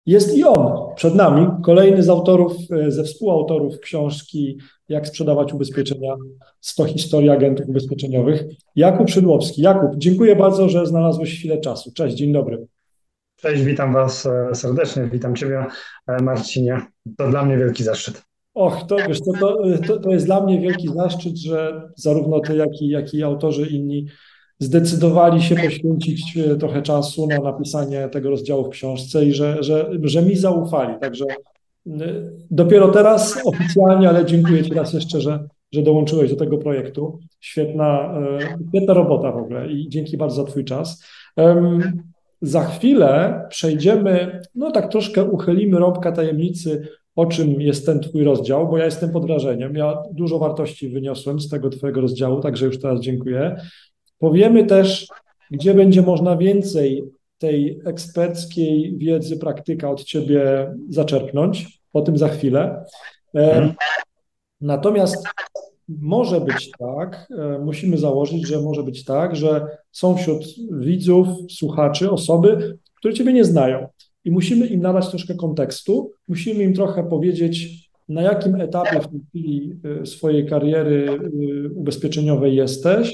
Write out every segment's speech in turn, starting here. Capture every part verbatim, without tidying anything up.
Jest i on przed nami, kolejny z autorów, ze współautorów książki Jak sprzedawać ubezpieczenia, sto historii agentów ubezpieczeniowych, Jakub Szydłowski. Jakub, dziękuję bardzo, że znalazłeś chwilę czasu. Cześć, dzień dobry. Cześć, witam Was e, serdecznie, witam Ciebie, e, Marcinie. To dla mnie wielki zaszczyt. Och, to wiesz, to, to, to, to jest dla mnie wielki zaszczyt, że zarówno ty, jak i, jak i autorzy inni zdecydowali się poświęcić e, trochę czasu na napisanie tego rozdziału w książce i że, że, że mi zaufali. Także y, dopiero teraz oficjalnie, ale dziękuję Ci raz jeszcze, że, że dołączyłeś do tego projektu. Świetna, e, świetna robota w ogóle i dzięki bardzo za Twój czas. Em, Za chwilę przejdziemy, no tak troszkę uchylimy rąbka tajemnicy, o czym jest ten Twój rozdział, bo ja jestem pod wrażeniem. Ja dużo wartości wyniosłem z tego Twojego rozdziału, także już teraz dziękuję. Powiemy też, gdzie będzie można więcej tej eksperckiej wiedzy, praktyka od Ciebie zaczerpnąć. O tym za chwilę. Mhm. E, Natomiast może być tak, e, musimy założyć, że może być tak, że są wśród widzów, słuchaczy osoby, które Ciebie nie znają i musimy im nadać troszkę kontekstu, musimy im trochę powiedzieć, na jakim etapie w tej chwili e, swojej kariery e, ubezpieczeniowej jesteś,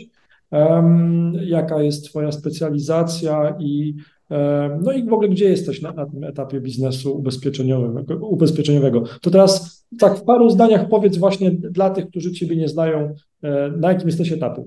em, jaka jest Twoja specjalizacja i e, no i w ogóle gdzie jesteś na, na tym etapie biznesu ubezpieczeniowego, ubezpieczeniowego. To teraz tak w paru zdaniach powiedz właśnie dla tych, którzy Ciebie nie znają, e, na jakim jesteś etapie.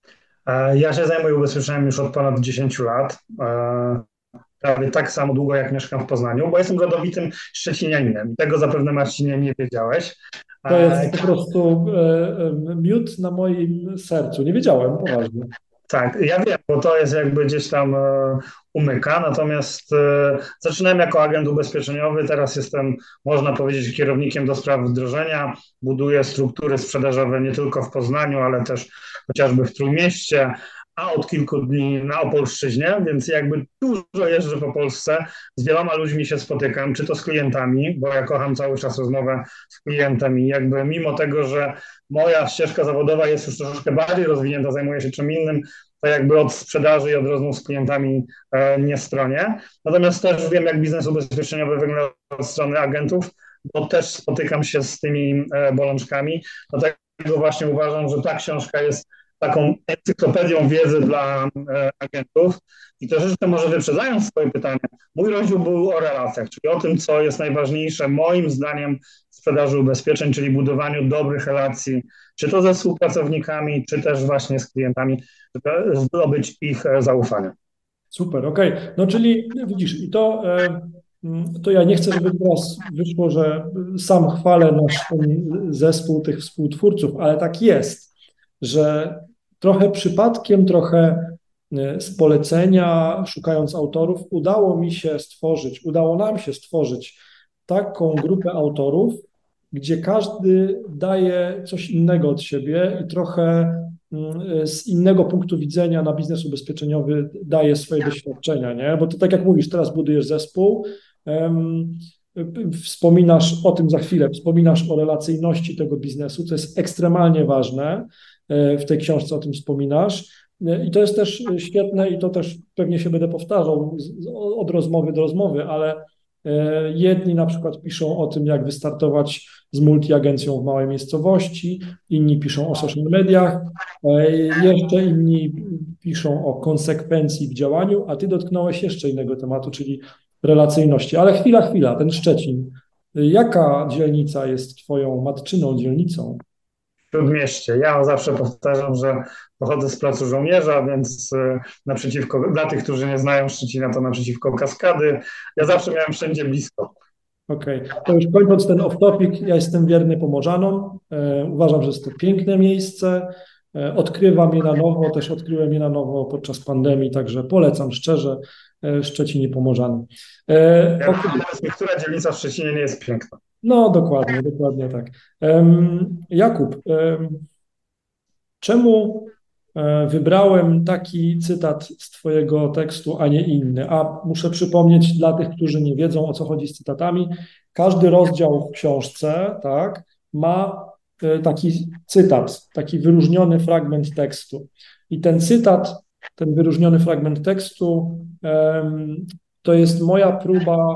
E, Ja się zajmuję ubezpieczeniem już od ponad dziesięć lat, e, prawie tak samo długo jak mieszkam w Poznaniu, bo jestem rodowitym szczecinianinem. Tego zapewne, Marcinie, nie wiedziałeś. To E, jest po prostu e, e, miód na moim sercu. Nie wiedziałem, poważnie. Tak, ja wiem, bo to jest jakby gdzieś tam e, umyka, natomiast e, zaczynałem jako agent ubezpieczeniowy, teraz jestem, można powiedzieć, kierownikiem do spraw wdrożenia, buduję struktury sprzedażowe nie tylko w Poznaniu, ale też chociażby w Trójmieście, a od kilku dni na Opolszczyźnie, więc jakby dużo jeżdżę po Polsce, z wieloma ludźmi się spotykam, czy to z klientami, bo ja kocham cały czas rozmowę z klientem i jakby mimo tego, że moja ścieżka zawodowa jest już troszeczkę bardziej rozwinięta, zajmuję się czym innym, to jakby od sprzedaży i od rozmów z klientami e, nie stronię. Natomiast też wiem, jak biznes ubezpieczeniowy wygląda od strony agentów, bo też spotykam się z tymi e, bolączkami. Dlatego właśnie uważam, że ta książka jest taką encyklopedią wiedzy dla e, agentów. I troszeczkę może wyprzedzając swoje pytanie, mój rozdział był o relacjach, czyli o tym, co jest najważniejsze moim zdaniem w sprzedaży ubezpieczeń, czyli budowaniu dobrych relacji, czy to ze współpracownikami, czy też właśnie z klientami, żeby zdobyć ich e, zaufanie. Super, okej. No czyli widzisz, i to, e, mm, to ja nie chcę, żeby teraz wyszło, że sam chwalę nasz ten zespół tych współtwórców, ale tak jest, że trochę przypadkiem, trochę e, z polecenia, szukając autorów, udało mi się stworzyć, udało nam się stworzyć taką grupę autorów, gdzie każdy daje coś innego od siebie i trochę mm, z innego punktu widzenia na biznes ubezpieczeniowy daje swoje doświadczenia, nie? Bo to tak jak mówisz, teraz budujesz zespół, em, wspominasz o tym za chwilę, wspominasz o relacyjności tego biznesu, co jest ekstremalnie ważne, e, w tej książce o tym wspominasz. E, I to jest też świetne i to też pewnie się będę powtarzał z- z- od rozmowy do rozmowy, ale e, jedni na przykład piszą o tym, jak wystartować z multiagencją w małej miejscowości, inni piszą o social mediach, e, jeszcze inni piszą o konsekwencji w działaniu, a ty dotknąłeś jeszcze innego tematu, czyli relacyjności. Ale chwila, chwila, ten Szczecin. Jaka dzielnica jest twoją matczyną dzielnicą? Śródmieście. Ja zawsze powtarzam, że pochodzę z Placu Żołnierza, więc e, naprzeciwko, dla tych, którzy nie znają Szczecina, to naprzeciwko Kaskady. Ja zawsze miałem wszędzie blisko. Okej, to już kończąc ten off-topic, ja jestem wierny Pomorzanom. E, uważam, że jest to piękne miejsce. E, odkrywam je na nowo, też odkryłem je na nowo podczas pandemii, także polecam szczerze e, Szczecin i Pomorzany. E, Ja okej, powiedz mi, która dzielnica w Szczecinie nie jest piękna. no dokładnie, dokładnie tak. Em, Jakub, em, czemu e, wybrałem taki cytat z Twojego tekstu, a nie inny? A muszę przypomnieć dla tych, którzy nie wiedzą, o co chodzi z cytatami. Każdy rozdział w książce, tak, ma e, taki cytat, taki wyróżniony fragment tekstu. I ten cytat, ten wyróżniony fragment tekstu, em, to jest moja próba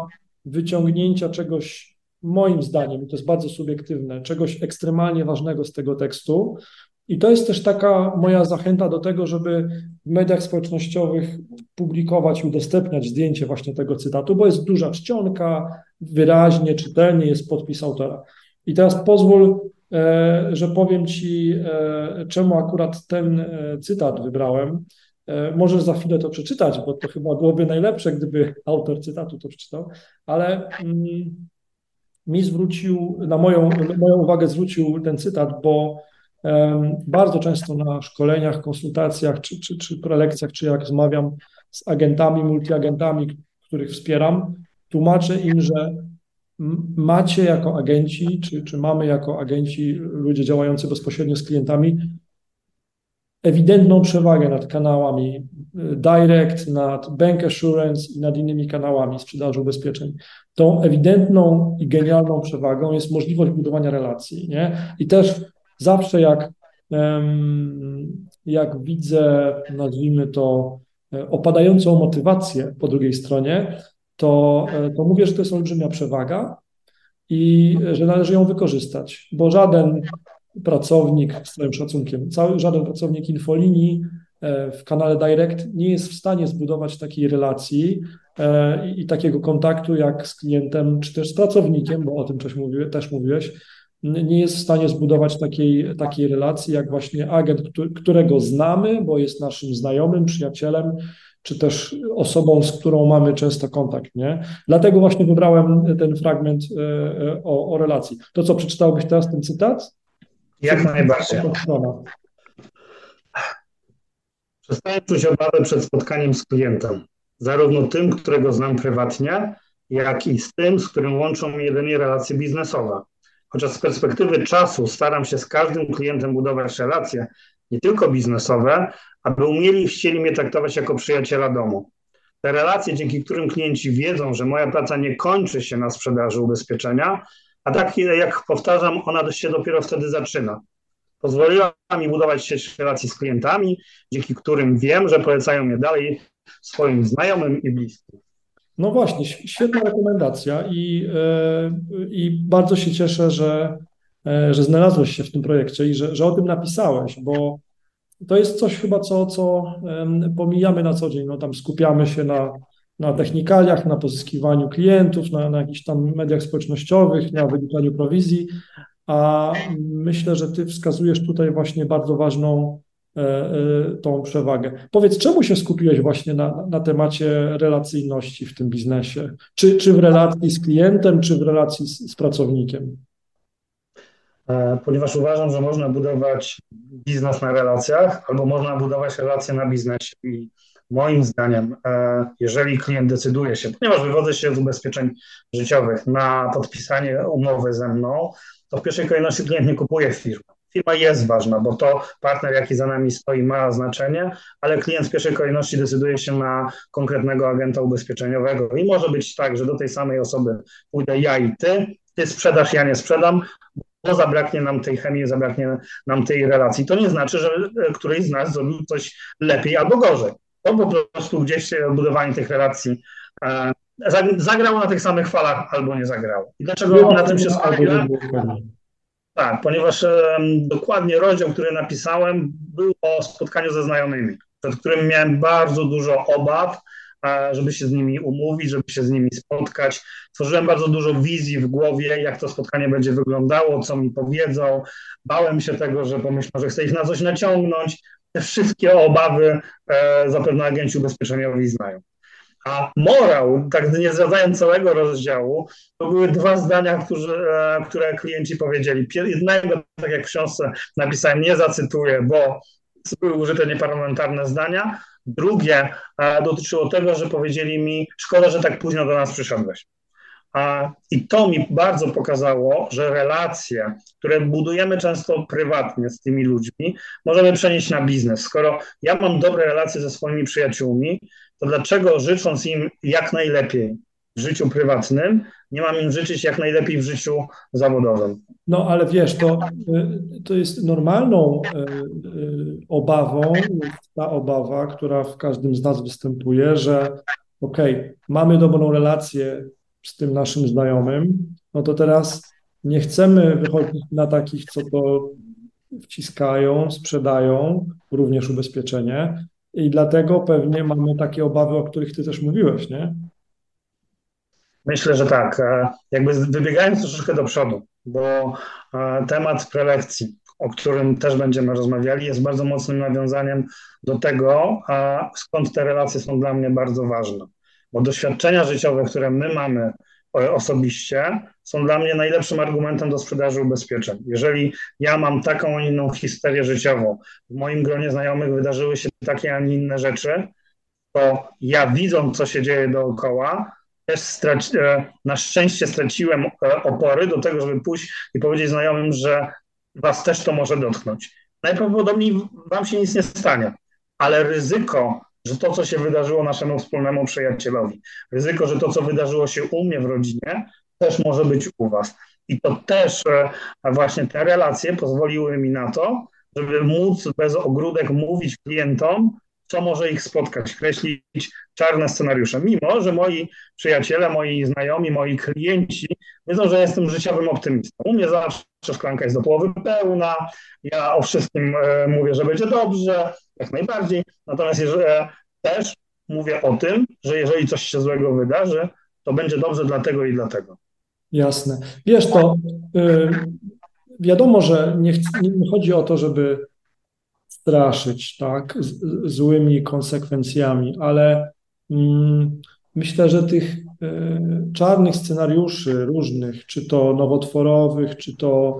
wyciągnięcia czegoś, moim zdaniem, i to jest bardzo subiektywne, czegoś ekstremalnie ważnego z tego tekstu. I to jest też taka moja zachęta do tego, żeby w mediach społecznościowych publikować i udostępniać zdjęcie właśnie tego cytatu, bo jest duża czcionka, wyraźnie, czytelnie jest podpis autora. I teraz pozwól, e, że powiem Ci, e, czemu akurat ten e, cytat wybrałem. E, możesz za chwilę to przeczytać, bo to chyba byłoby najlepsze, gdyby autor cytatu to przeczytał, ale mm, mi zwrócił, na moją, na moją uwagę zwrócił ten cytat, bo em, bardzo często na szkoleniach, konsultacjach czy, czy, czy prelekcjach, czy jak rozmawiam z agentami, multiagentami, których wspieram, tłumaczę im, że m- macie jako agenci, czy, czy mamy jako agenci, ludzie działający bezpośrednio z klientami, ewidentną przewagę nad kanałami y, direct, nad bank assurance i nad innymi kanałami sprzedaży ubezpieczeń. Tą ewidentną i genialną przewagą jest możliwość budowania relacji, nie? I też zawsze jak, em, jak widzę, nazwijmy to, e, opadającą motywację po drugiej stronie, to, e, to mówię, że to jest olbrzymia przewaga i e, że należy ją wykorzystać, bo żaden pracownik, z całym szacunkiem, cały, żaden pracownik infolinii e, w kanale Direct nie jest w stanie zbudować takiej relacji e, i, i takiego kontaktu jak z klientem, czy też z pracownikiem, bo o tym też, mówię, też mówiłeś, n- nie jest w stanie zbudować takiej, takiej relacji jak właśnie agent, któ- którego znamy, bo jest naszym znajomym, przyjacielem, czy też osobą, z którą mamy często kontakt, nie? Dlatego właśnie wybrałem ten fragment e, e, o, o relacji. To, co przeczytałbyś teraz, ten cytat? Jak najbardziej. Strona. Przestaję czuć obawę przed spotkaniem z klientem, zarówno tym, którego znam prywatnie, jak i z tym, z którym łączą mnie jedynie relacje biznesowe. Chociaż z perspektywy czasu staram się z każdym klientem budować relacje, nie tylko biznesowe, aby umieli i chcieli mnie traktować jako przyjaciela domu. Te relacje, dzięki którym klienci wiedzą, że moja praca nie kończy się na sprzedaży ubezpieczenia, a tak jak powtarzam, ona się dopiero wtedy zaczyna. Pozwoliła mi budować sieć relacji z klientami, dzięki którym wiem, że polecają mnie dalej swoim znajomym i bliskim. No właśnie, ś- świetna rekomendacja i, e, i bardzo się cieszę, że, e, że znalazłeś się w tym projekcie i że, że o tym napisałeś, bo to jest coś chyba, co, co em, pomijamy na co dzień. No, tam skupiamy się na, na technikaliach, na pozyskiwaniu klientów, na, na jakichś tam mediach społecznościowych, na wyliczaniu prowizji, a myślę, że ty wskazujesz tutaj właśnie bardzo ważną e, e, tą przewagę. Powiedz, czemu się skupiłeś właśnie na, na temacie relacyjności w tym biznesie? Czy, czy w relacji z klientem, czy w relacji z, z pracownikiem? E, Ponieważ uważam, że można budować biznes na relacjach, albo można budować relacje na biznesie. I moim zdaniem, e, jeżeli klient decyduje się, ponieważ wywodzę się z ubezpieczeń życiowych, na podpisanie umowy ze mną, to w pierwszej kolejności klient nie kupuje firmy. Firma jest ważna, bo to partner, jaki za nami stoi, ma znaczenie, ale klient w pierwszej kolejności decyduje się na konkretnego agenta ubezpieczeniowego. I może być tak, że do tej samej osoby pójdę ja i ty, ty sprzedasz, ja nie sprzedam, bo zabraknie nam tej chemii, zabraknie nam tej relacji. To nie znaczy, że któryś z nas zrobił coś lepiej albo gorzej. To po prostu gdzieś budowanie tych relacji e, zagrało na tych samych falach albo nie zagrało. I dlaczego Była na tym się pewna albo nie skupiłem? było pewna. Tak, ponieważ e, dokładnie rozdział, który napisałem, był o spotkaniu ze znajomymi, przed którym miałem bardzo dużo obaw, e, żeby się z nimi umówić, żeby się z nimi spotkać. Tworzyłem bardzo dużo wizji w głowie, jak to spotkanie będzie wyglądało, co mi powiedzą. Bałem się tego, że pomyślą, że chcę ich na coś naciągnąć. Te wszystkie obawy e, zapewne agenci ubezpieczeniowi znają. A morał, tak nie zdradzając całego rozdziału, to były dwa zdania, którzy, e, które klienci powiedzieli. Jednego, tak jak w książce napisałem, nie zacytuję, bo były użyte nieparlamentarne zdania. Drugie e, dotyczyło tego, że powiedzieli mi, szkoda, że tak późno do nas przyszedłeś. A, I to mi bardzo pokazało, że relacje, które budujemy często prywatnie z tymi ludźmi, możemy przenieść na biznes. Skoro ja mam dobre relacje ze swoimi przyjaciółmi, to dlaczego życząc im jak najlepiej w życiu prywatnym, nie mam im życzyć jak najlepiej w życiu zawodowym? No ale wiesz, to, y, to jest normalną y, y, obawą, jest ta obawa, która w każdym z nas występuje, że okej, mamy dobrą relację z tym naszym znajomym, no to teraz nie chcemy wychodzić na takich, co to wciskają, sprzedają również ubezpieczenie i dlatego pewnie mamy takie obawy, o których ty też mówiłeś, nie? Myślę, że tak. E, Jakby wybiegając troszeczkę do przodu, bo e, temat prelekcji, o którym też będziemy rozmawiali, jest bardzo mocnym nawiązaniem do tego, a skąd te relacje są dla mnie bardzo ważne. Bo doświadczenia życiowe, które my mamy e, osobiście, są dla mnie najlepszym argumentem do sprzedaży ubezpieczeń. Jeżeli ja mam taką, a nie inną historię życiową, w moim gronie znajomych wydarzyły się takie, a nie inne rzeczy, to ja widząc, co się dzieje dookoła, też straci, na szczęście straciłem opory do tego, żeby pójść i powiedzieć znajomym, że was też to może dotknąć. Najprawdopodobniej wam się nic nie stanie, ale ryzyko, że to, co się wydarzyło naszemu wspólnemu przyjacielowi, ryzyko, że to, co wydarzyło się u mnie w rodzinie, też może być u was. I to też właśnie te relacje pozwoliły mi na to, żeby móc bez ogródek mówić klientom, co może ich spotkać, kreślić czarne scenariusze, mimo że moi przyjaciele, moi znajomi, moi klienci wiedzą, że jestem życiowym optymistą. U mnie zawsze szklanka jest do połowy pełna, ja o wszystkim e, mówię, że będzie dobrze, jak najbardziej, natomiast jeżeli, e, też mówię o tym, że jeżeli coś się złego wydarzy, to będzie dobrze dlatego i dlatego. Jasne. Wiesz, to y, wiadomo, że nie, chc- nie chodzi o to, żeby straszyć, tak, z, złymi konsekwencjami, ale mm, myślę, że tych y, czarnych scenariuszy różnych, czy to nowotworowych, czy to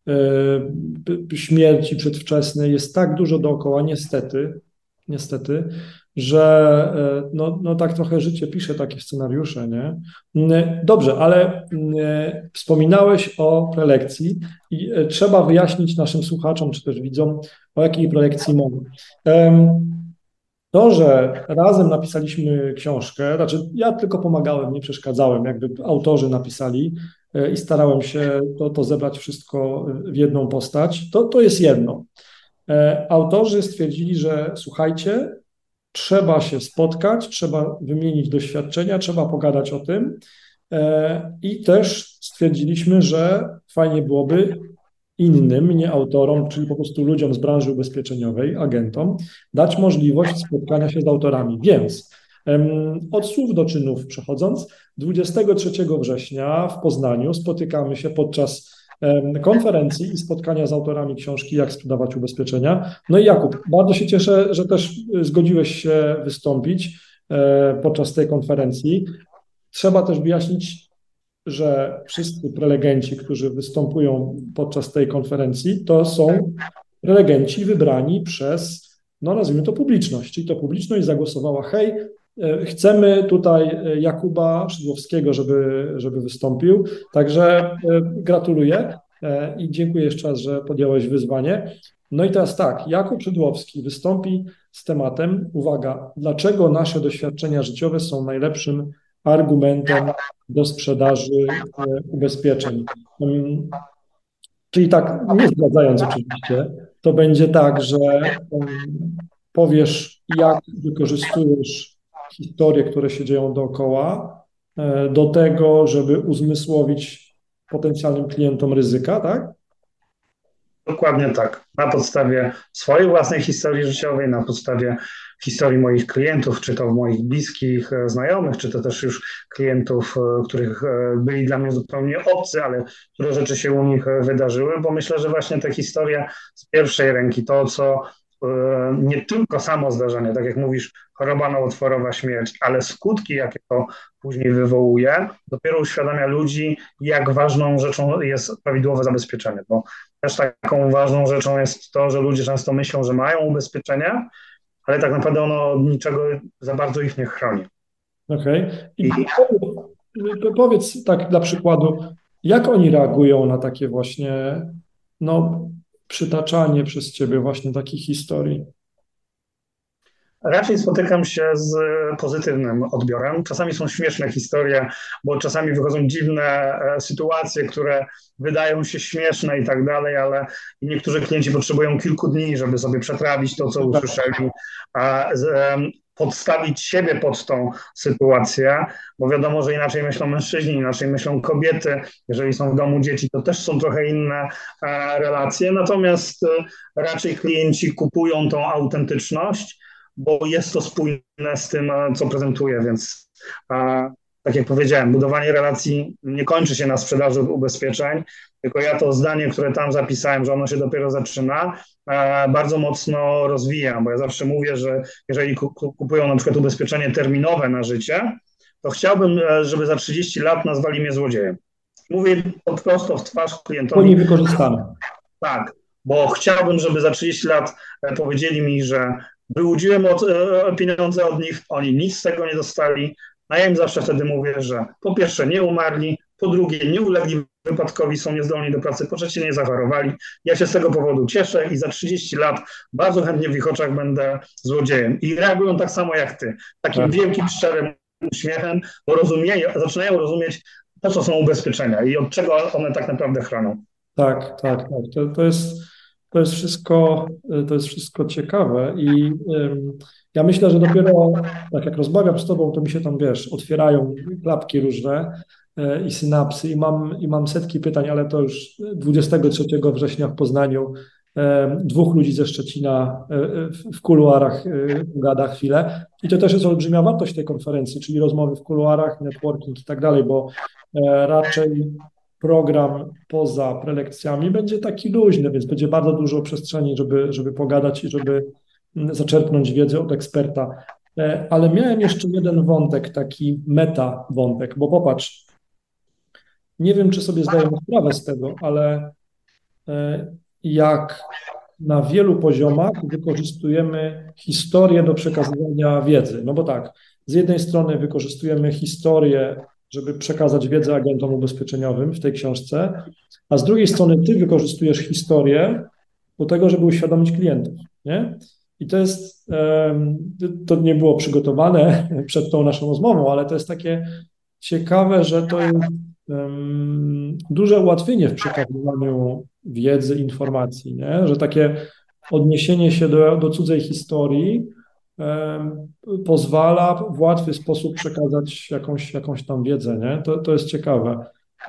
y, śmierci przedwczesnej jest tak dużo dookoła, niestety, niestety, że y, no, no tak trochę życie pisze takie scenariusze, nie? Y, Dobrze, ale y, wspominałeś o prelekcji i y, trzeba wyjaśnić naszym słuchaczom, czy też widzom, o jakiej prelekcji mowa. Em, To, że razem napisaliśmy książkę, znaczy ja tylko pomagałem, nie przeszkadzałem, jakby autorzy napisali e, i starałem się to, to zebrać wszystko w jedną postać, to, to jest jedno. E, Autorzy stwierdzili, że słuchajcie, trzeba się spotkać, trzeba wymienić doświadczenia, trzeba pogadać o tym e, i też stwierdziliśmy, że fajnie byłoby innym, nie autorom, czyli po prostu ludziom z branży ubezpieczeniowej, agentom, dać możliwość spotkania się z autorami. Więc em, od słów do czynów przechodząc, dwudziestego trzeciego września w Poznaniu spotykamy się podczas em, konferencji i spotkania z autorami książki Jak sprzedawać ubezpieczenia. No i Jakub, bardzo się cieszę, że też zgodziłeś się wystąpić e, podczas tej konferencji. Trzeba też wyjaśnić, że wszyscy prelegenci, którzy występują podczas tej konferencji, to są prelegenci wybrani przez, no nazwijmy to, publiczność. Czyli to publiczność zagłosowała, hej, e, chcemy tutaj Jakuba Szydłowskiego, żeby, żeby wystąpił. Także e, gratuluję e, i dziękuję jeszcze raz, że podjąłeś wyzwanie. No i teraz tak, Jakub Szydłowski wystąpi z tematem, uwaga, dlaczego nasze doświadczenia życiowe są najlepszym argumentem do sprzedaży e, ubezpieczeń. Mm, Czyli tak, nie zdradzając oczywiście, to będzie tak, że em, powiesz, jak wykorzystujesz historie, które się dzieją dookoła, e, do tego, żeby uzmysłowić potencjalnym klientom ryzyka, tak? Dokładnie tak. Na podstawie swojej własnej historii życiowej, na podstawie historii moich klientów, czy to moich bliskich e, znajomych, czy to też już klientów, e, których e, byli dla mnie zupełnie obcy, ale które rzeczy się u nich e, wydarzyły, bo myślę, że właśnie te historie z pierwszej ręki, to co e, nie tylko samo zdarzenie, tak jak mówisz, choroba nowotworowa, śmierć, ale skutki, jakie to później wywołuje, dopiero uświadamia ludzi, jak ważną rzeczą jest prawidłowe zabezpieczenie, bo też taką ważną rzeczą jest to, że ludzie często myślą, że mają ubezpieczenie, ale tak naprawdę ono od niczego za bardzo ich nie chroni. Okej. I I powiedz, powiedz tak dla przykładu, jak oni reagują na takie właśnie, no, przytaczanie przez ciebie właśnie takich historii? raczej spotykam się z pozytywnym odbiorem. Czasami są śmieszne historie, bo czasami wychodzą dziwne e, sytuacje, które wydają się śmieszne i tak dalej, ale niektórzy klienci potrzebują kilku dni, żeby sobie przetrawić to, co usłyszeli. A z, em, podstawić siebie pod tą sytuację, bo wiadomo, że inaczej myślą mężczyźni, inaczej myślą kobiety. Jeżeli są w domu dzieci, to też są trochę inne e, relacje, natomiast e, raczej klienci kupują tą autentyczność, bo jest to spójne z tym, e, co prezentuje, więc e, tak jak powiedziałem, budowanie relacji nie kończy się na sprzedaży ubezpieczeń, tylko ja to zdanie, które tam zapisałem, że ono się dopiero zaczyna, e, bardzo mocno rozwijam, bo ja zawsze mówię, że jeżeli kupują na przykład ubezpieczenie terminowe na życie, to chciałbym, e, żeby za trzydzieści lat nazwali mnie złodziejem. Mówię to prosto w twarz klientowi. Oni wykorzystane. Tak, bo chciałbym, żeby za trzydzieści lat e, powiedzieli mi, że wyłudziłem od, e, pieniądze od nich, oni nic z tego nie dostali. A ja im zawsze wtedy mówię, że po pierwsze nie umarli, po drugie nie ulegli wypadkowi, są niezdolni do pracy, po trzecie nie zachorowali. Ja się z tego powodu cieszę i za trzydzieści lat bardzo chętnie w ich oczach będę złodziejem. I reagują tak samo jak ty, takim tak. wielkim, szczerym uśmiechem, bo rozumieją, zaczynają rozumieć, po co są ubezpieczenia i od czego one tak naprawdę chronią. Tak, tak, tak. To, to jest, to jest wszystko, to jest wszystko ciekawe i ym, ja myślę, że dopiero tak jak rozmawiam z tobą, to mi się tam, wiesz, otwierają klapki różne y, i synapsy i mam, i mam setki pytań, ale to już dwudziestego trzeciego września w Poznaniu y, dwóch ludzi ze Szczecina y, w kuluarach y, gada chwilę i to też jest olbrzymia wartość tej konferencji, czyli rozmowy w kuluarach, networking i tak dalej, bo y, raczej program poza prelekcjami będzie taki luźny, więc będzie bardzo dużo przestrzeni, żeby, żeby pogadać i żeby zaczerpnąć wiedzę od eksperta. Ale miałem jeszcze jeden wątek, taki meta wątek, bo popatrz, nie wiem, czy sobie zdajemy sprawę z tego, ale jak na wielu poziomach wykorzystujemy historię do przekazywania wiedzy. No bo tak, z jednej strony wykorzystujemy historię, żeby przekazać wiedzę agentom ubezpieczeniowym w tej książce, a z drugiej strony ty wykorzystujesz historię do tego, żeby uświadomić klientów, nie? I to jest, to nie było przygotowane przed tą naszą rozmową, ale to jest takie ciekawe, że to jest duże ułatwienie w przekazywaniu wiedzy, informacji, nie? Że takie odniesienie się do, do cudzej historii pozwala w łatwy sposób przekazać jakąś, jakąś tam wiedzę, nie? To, to jest ciekawe.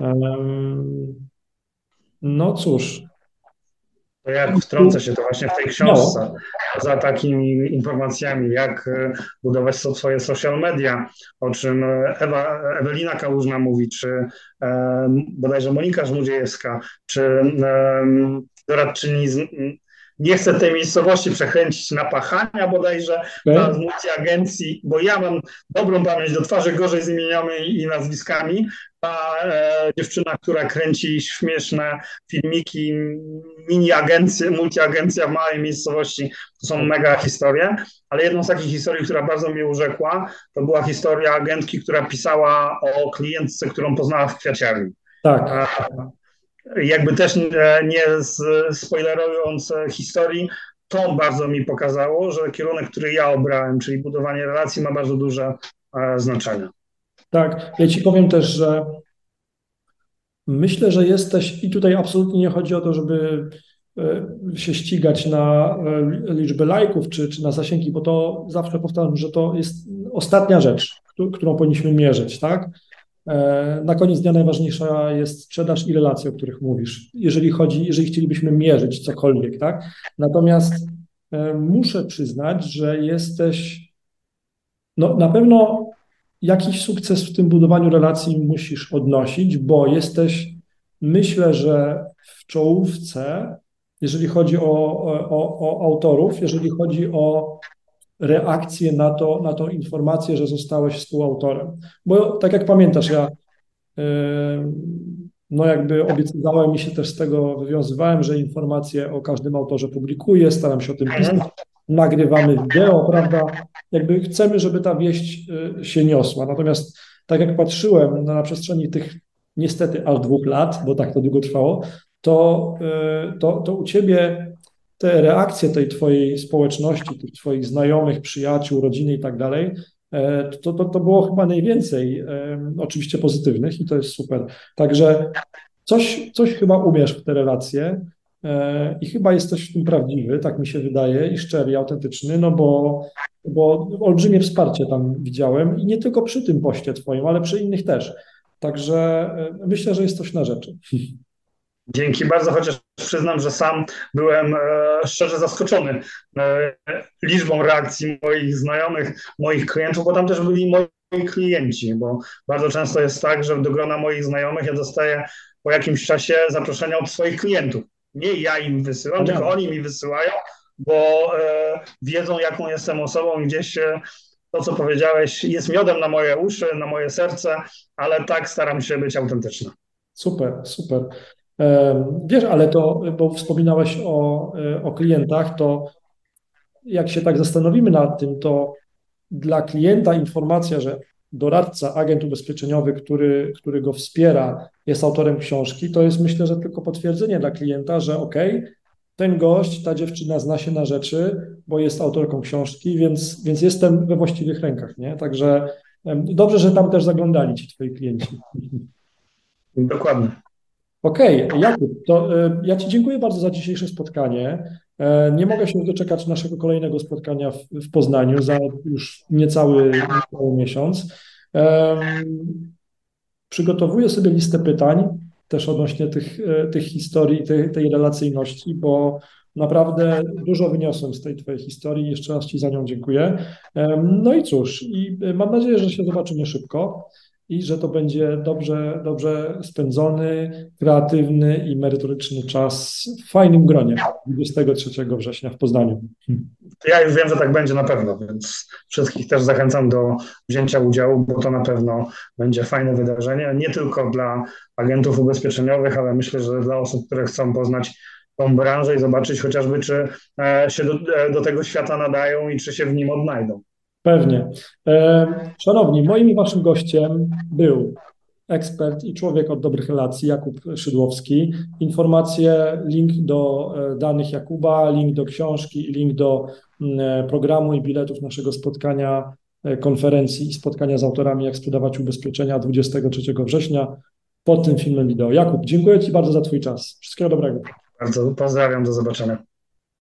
No cóż. To jak wtrącę się to właśnie w tej książce za takimi informacjami, jak budować swoje social media, o czym Ewa, Ewelina Kałużna mówi, czy e, bodajże Monika Żmudziejewska, czy e, doradczyni z, nie chcę tej miejscowości przekręcić na Pachania bodajże, ta z multiagencji, bo ja mam dobrą pamięć do twarzy, gorzej z imionami i nazwiskami. Ta e, dziewczyna, która kręci śmieszne filmiki, mini agencje, multiagencja w małej miejscowości, to są mega historie, ale jedną z takich historii, która bardzo mnie urzekła, to była historia agentki, która pisała o klientce, którą poznała w kwiaciarni. Tak. E, Jakby też nie spoilerując historii, to bardzo mi pokazało, że kierunek, który ja obrałem, czyli budowanie relacji, ma bardzo duże znaczenie. Tak, ja ci powiem też, że myślę, że jesteś, i tutaj absolutnie nie chodzi o to, żeby się ścigać na liczbę lajków czy, czy na zasięgi, bo to zawsze powtarzam, że to jest ostatnia rzecz, którą powinniśmy mierzyć, tak? Na koniec dnia najważniejsza jest sprzedaż i relacje, o których mówisz, jeżeli chodzi, jeżeli chcielibyśmy mierzyć cokolwiek, tak? Natomiast muszę przyznać, że jesteś, no na pewno jakiś sukces w tym budowaniu relacji musisz odnosić, bo jesteś, myślę, że w czołówce, jeżeli chodzi o, o, o autorów, jeżeli chodzi o reakcję na to, na tą informację, że zostałeś współautorem. Bo tak jak pamiętasz, ja yy, no jakby obiecywałem i się też z tego wywiązywałem, że informacje o każdym autorze publikuję, staram się o tym pisać, nagrywamy wideo, prawda? Jakby chcemy, żeby ta wieść yy, się niosła. Natomiast tak jak patrzyłem na, na przestrzeni tych niestety aż dwóch lat, bo tak to długo trwało, to, yy, to, to u ciebie te reakcje tej twojej społeczności, tych twoich znajomych, przyjaciół, rodziny i tak dalej, to, to, to było chyba najwięcej oczywiście pozytywnych i to jest super. Także coś, coś chyba umiesz w te relacje i chyba jesteś w tym prawdziwy, tak mi się wydaje, i szczery, i autentyczny, no bo, bo olbrzymie wsparcie tam widziałem i nie tylko przy tym poście twoim, ale przy innych też. Także myślę, że jest coś na rzeczy. Dzięki bardzo, chociaż przyznam, że sam byłem e, szczerze zaskoczony e, liczbą reakcji moich znajomych, moich klientów, bo tam też byli moi klienci, bo bardzo często jest tak, że do grona moich znajomych ja dostaję po jakimś czasie zaproszenia od swoich klientów. Nie ja im wysyłam, tylko oni mi wysyłają, bo e, wiedzą, jaką jestem osobą, gdzieś e, to, co powiedziałeś, jest miodem na moje uszy, na moje serce, ale tak staram się być autentyczny. Super, super. Wiesz, ale to, bo wspominałeś o, o klientach, to jak się tak zastanowimy nad tym, to dla klienta informacja, że doradca, agent ubezpieczeniowy, który, który go wspiera, jest autorem książki, to jest myślę, że tylko potwierdzenie dla klienta, że okej, okay, ten gość, ta dziewczyna zna się na rzeczy, bo jest autorką książki, więc, więc jestem we właściwych rękach, nie? Także dobrze, że tam też zaglądali ci twoi klienci. Dokładnie. Okej, okay, Jakub, to y, ja Ci dziękuję bardzo za dzisiejsze spotkanie. E, nie mogę się już doczekać naszego kolejnego spotkania w, w Poznaniu za już niecały, niecały miesiąc. E, przygotowuję sobie listę pytań też odnośnie tych, tych historii, tej, tej relacyjności, bo naprawdę dużo wyniosłem z tej Twojej historii. Jeszcze raz Ci za nią dziękuję. E, no i cóż, i mam nadzieję, że się zobaczymy szybko i że to będzie dobrze, dobrze spędzony, kreatywny i merytoryczny czas w fajnym gronie dwudziestego trzeciego września w Poznaniu. Ja już wiem, że tak będzie na pewno, więc wszystkich też zachęcam do wzięcia udziału, bo to na pewno będzie fajne wydarzenie, nie tylko dla agentów ubezpieczeniowych, ale myślę, że dla osób, które chcą poznać tą branżę i zobaczyć chociażby, czy się do, do tego świata nadają i czy się w nim odnajdą. Pewnie. Szanowni, moim i waszym gościem był ekspert i człowiek od dobrych relacji, Jakub Szydłowski. Informacje, link do danych Jakuba, link do książki i link do programu i biletów naszego spotkania, konferencji i spotkania z autorami, jak sprzedawać ubezpieczenia dwudziestego trzeciego września pod tym filmem wideo. Jakub, dziękuję Ci bardzo za Twój czas. Wszystkiego dobrego. Bardzo pozdrawiam, do zobaczenia.